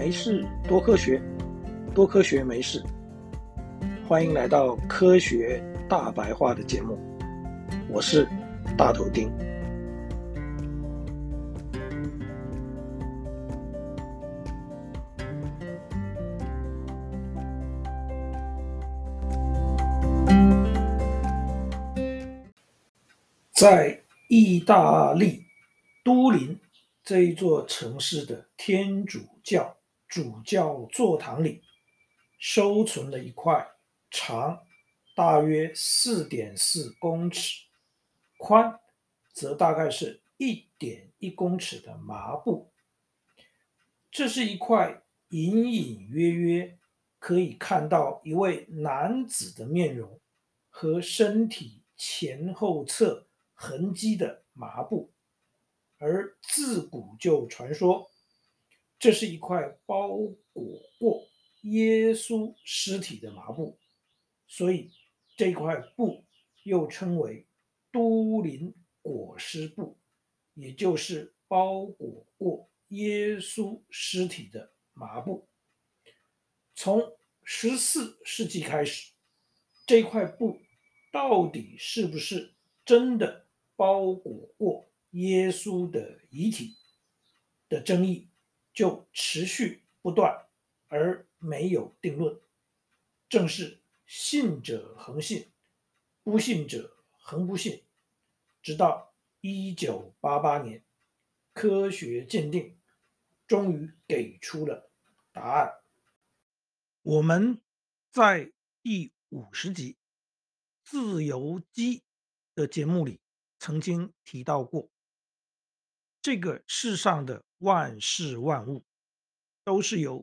没事多科学，多科学没事。欢迎来到科学大白话的节目，我是大头丁。在意大利都灵这一座城市的天主教主教座堂里，收存了一块长大约4.4公尺，宽则大概是1.1公尺的麻布。这是一块隐隐约约可以看到一位男子的面容和身体前后侧痕迹的麻布，而自古就传说，这是一块包裹过耶稣尸体的麻布，所以这块布又称为都灵裹尸布，也就是包裹过耶稣尸体的麻布。从14世纪开始，这块布到底是不是真的包裹过耶稣的遗体的争议就持续不断，而没有定论。正是信者恒信，不信者恒不信，直到1988年，科学鉴定终于给出了答案。我们在第50集自由基的节目里曾经提到过，这个世上的万事万物都是由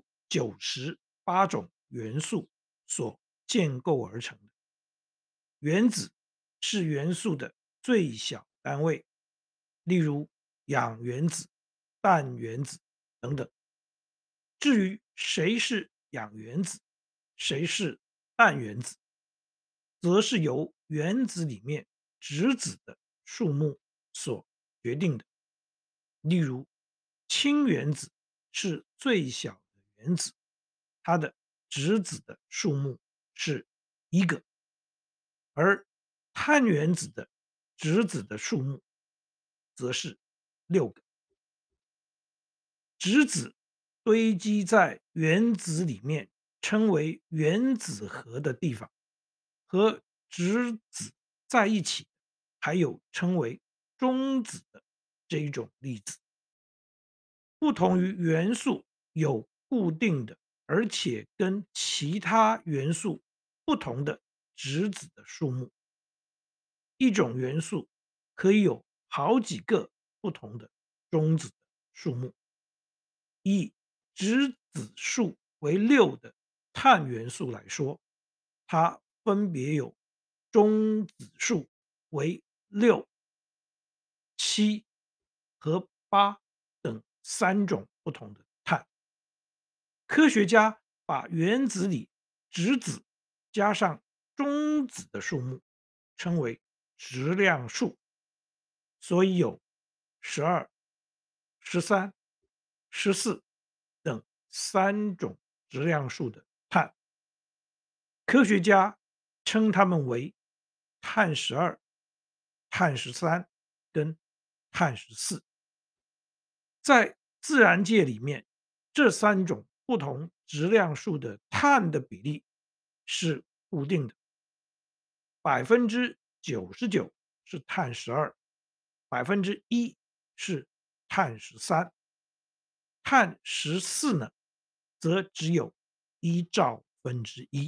98种元素所建构而成的。原子是元素的最小单位，例如氧原子、氮原子等等。至于谁是氧原子，谁是氮原子，则是由原子里面质子的数目所决定的。例如，氢原子是最小的原子，它的质子的数目是1个，而碳原子的质子的数目则是6个。质子堆积在原子里面，称为原子核的地方，和质子在一起，还有称为中子的这一种粒子。不同于元素有固定的，而且跟其他元素不同的质子的数目。一种元素可以有好几个不同的中子的数目。以质子数为6的碳元素来说，它分别有中子数为6、7和8等3种不同的碳。科学家把原子里质子加上中子的数目称为质量数，所以有12、13、14等3种质量数的碳。科学家称它们为碳12、碳13跟碳14。在自然界里面，这3种不同质量数的碳的比例是固定的，99%是碳12%，1%是碳13，碳14呢，则只有1兆分之1。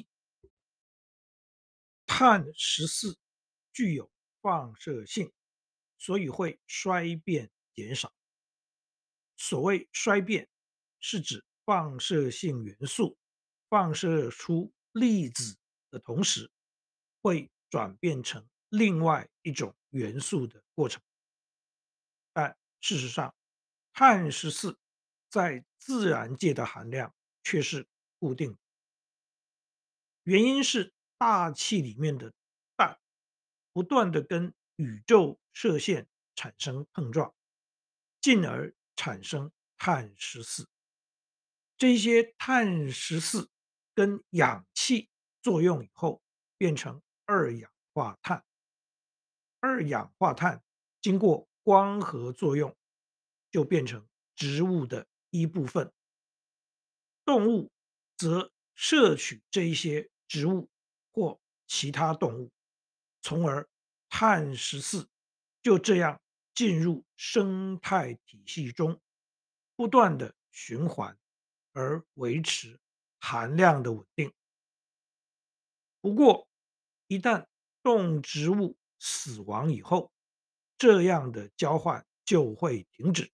碳14具有放射性，所以会衰变减少。所谓衰变，是指放射性元素放射出粒子的同时，会转变成另外一种元素的过程。但事实上，碳14在自然界的含量却是固定的，原因是大气里面的氮不断的跟宇宙射线产生碰撞，进而产生碳14。 这些碳14跟氧气作用以后，变成二氧化碳。二氧化碳经过光合作用，就变成植物的一部分。动物则摄取这一些植物或其他动物，从而碳14就这样进入生态体系中，不断的循环，而维持含量的稳定。不过，一旦动植物死亡以后，这样的交换就会停止，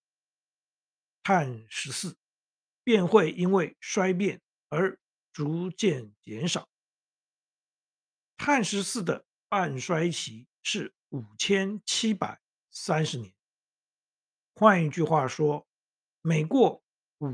碳14便会因为衰变而逐渐减少。碳14的半衰期是5730年。换一句话说，每过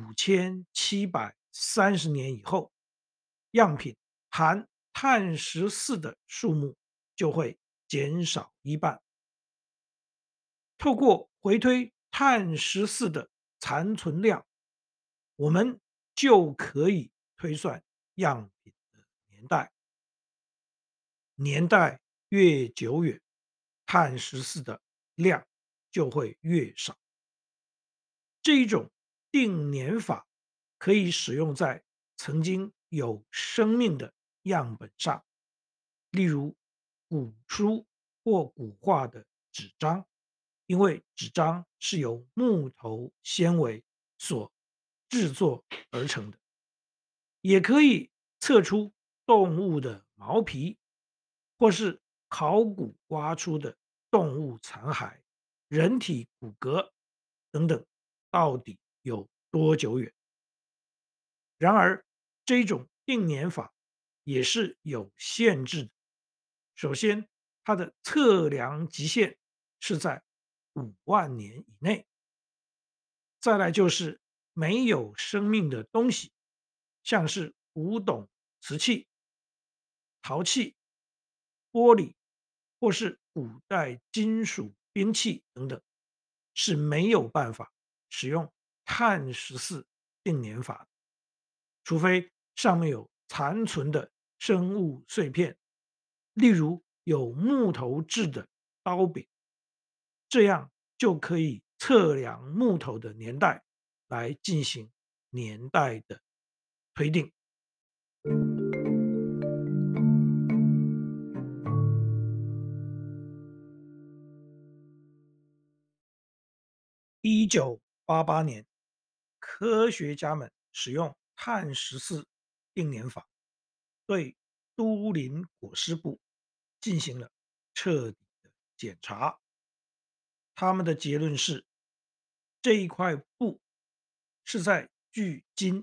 5730年以后，样品含碳14的数目就会减少一半。透过回推碳14的残存量，我们就可以推算样品的年代。年代越久远，碳14的量就会越少。这一种定年法可以使用在曾经有生命的样本上，例如古书或古画的纸张，因为纸张是由木头纤维所制作而成的。也可以测出动物的毛皮，或是考古挖出的动物残骸、人体骨骼等等，到底有多久远。然而，这种定年法也是有限制的。首先，它的测量极限是在5万年以内。再来就是没有生命的东西，像是古董、瓷器、陶器、玻璃，或是古代金属兵器等等，是没有办法使用碳14定年法的，除非上面有残存的生物碎片，例如有木头制的刀柄，这样就可以测量木头的年代来进行年代的推定。1988年，科学家们使用碳14定年法，对都灵裹尸布进行了彻底的检查。他们的结论是，这一块布是在距今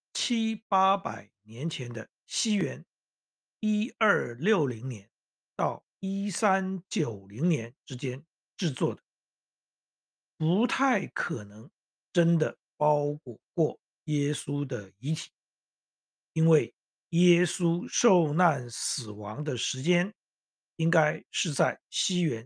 700-800年前的西元1260年到1390年之间制作的，不太可能真的包裹过耶稣的遗体，因为耶稣受难死亡的时间应该是在西元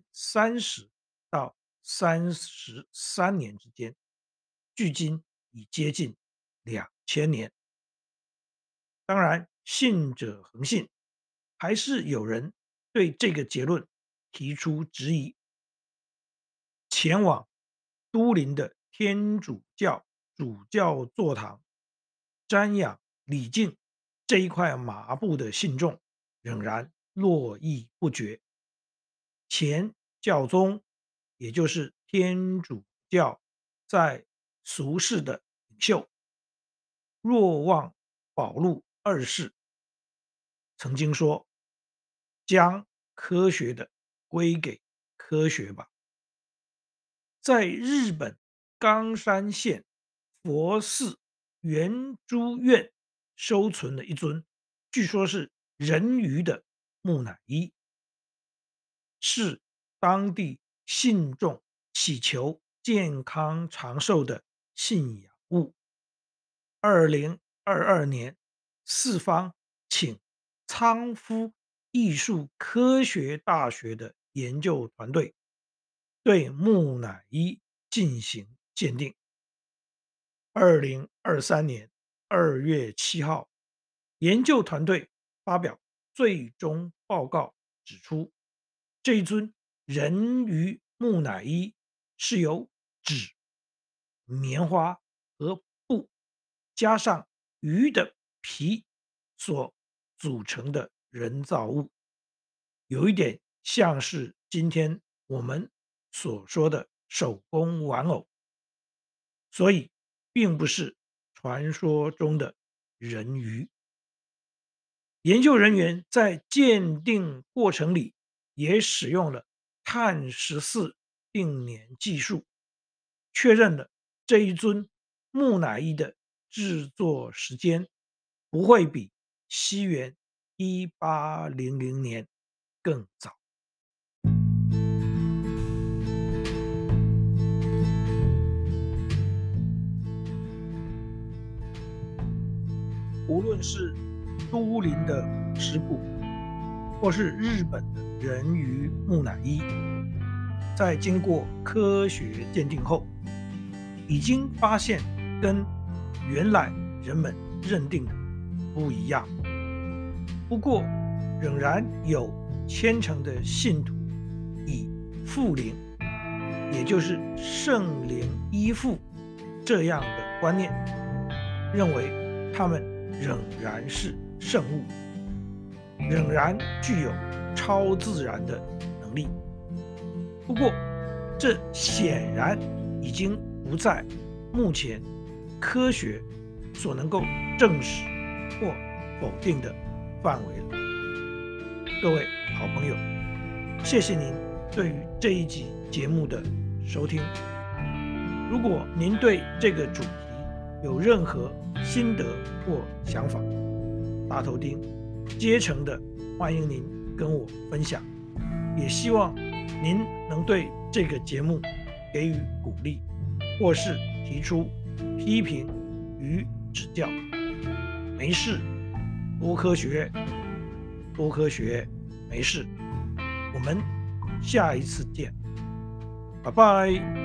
30到33年之间，距今已接近2000年。当然，信者恒信，还是有人对这个结论提出质疑。前往都灵的天主教主教座堂瞻仰礼敬这一块麻布的信众仍然络绎不绝。前教宗，也就是天主教在俗世的领袖若望保禄2世曾经说：“将科学的归给科学吧。”在日本冈山县佛寺圆珠院收存了一尊，据说是人鱼的木乃伊，是当地信众祈求健康长寿的信仰物。2022年，四方请仓敷艺术科学大学的研究团队对木乃伊进行鉴定。2023年， 2月7号，研究团队发表最终报告，指出这一尊人鱼木乃伊是由纸、棉花和布加上鱼的皮所组成的人造物，有一点像是今天我们所说的手工玩偶，所以并不是传说中的人鱼。研究人员在鉴定过程里也使用了碳14定年技术，确认了这一尊木乃伊的制作时间不会比西元1800年更早。无论是都灵的尸骨，或是日本的人鱼木乃伊，在经过科学鉴定后，已经发现跟原来人们认定的不一样。不过，仍然有虔诚的信徒以附灵，也就是圣灵依附这样的观念，认为他们仍然是圣物，仍然具有超自然的能力。不过，这显然已经不在目前科学所能够证实或否定的范围了。各位好朋友，谢谢您对于这一集节目的收听。如果您对这个主题有任何心得或想法，大头钉竭诚的欢迎您跟我分享，也希望您能对这个节目给予鼓励，或是提出批评与指教。没事，多科学，多科学，没事。我们下一次见，拜拜。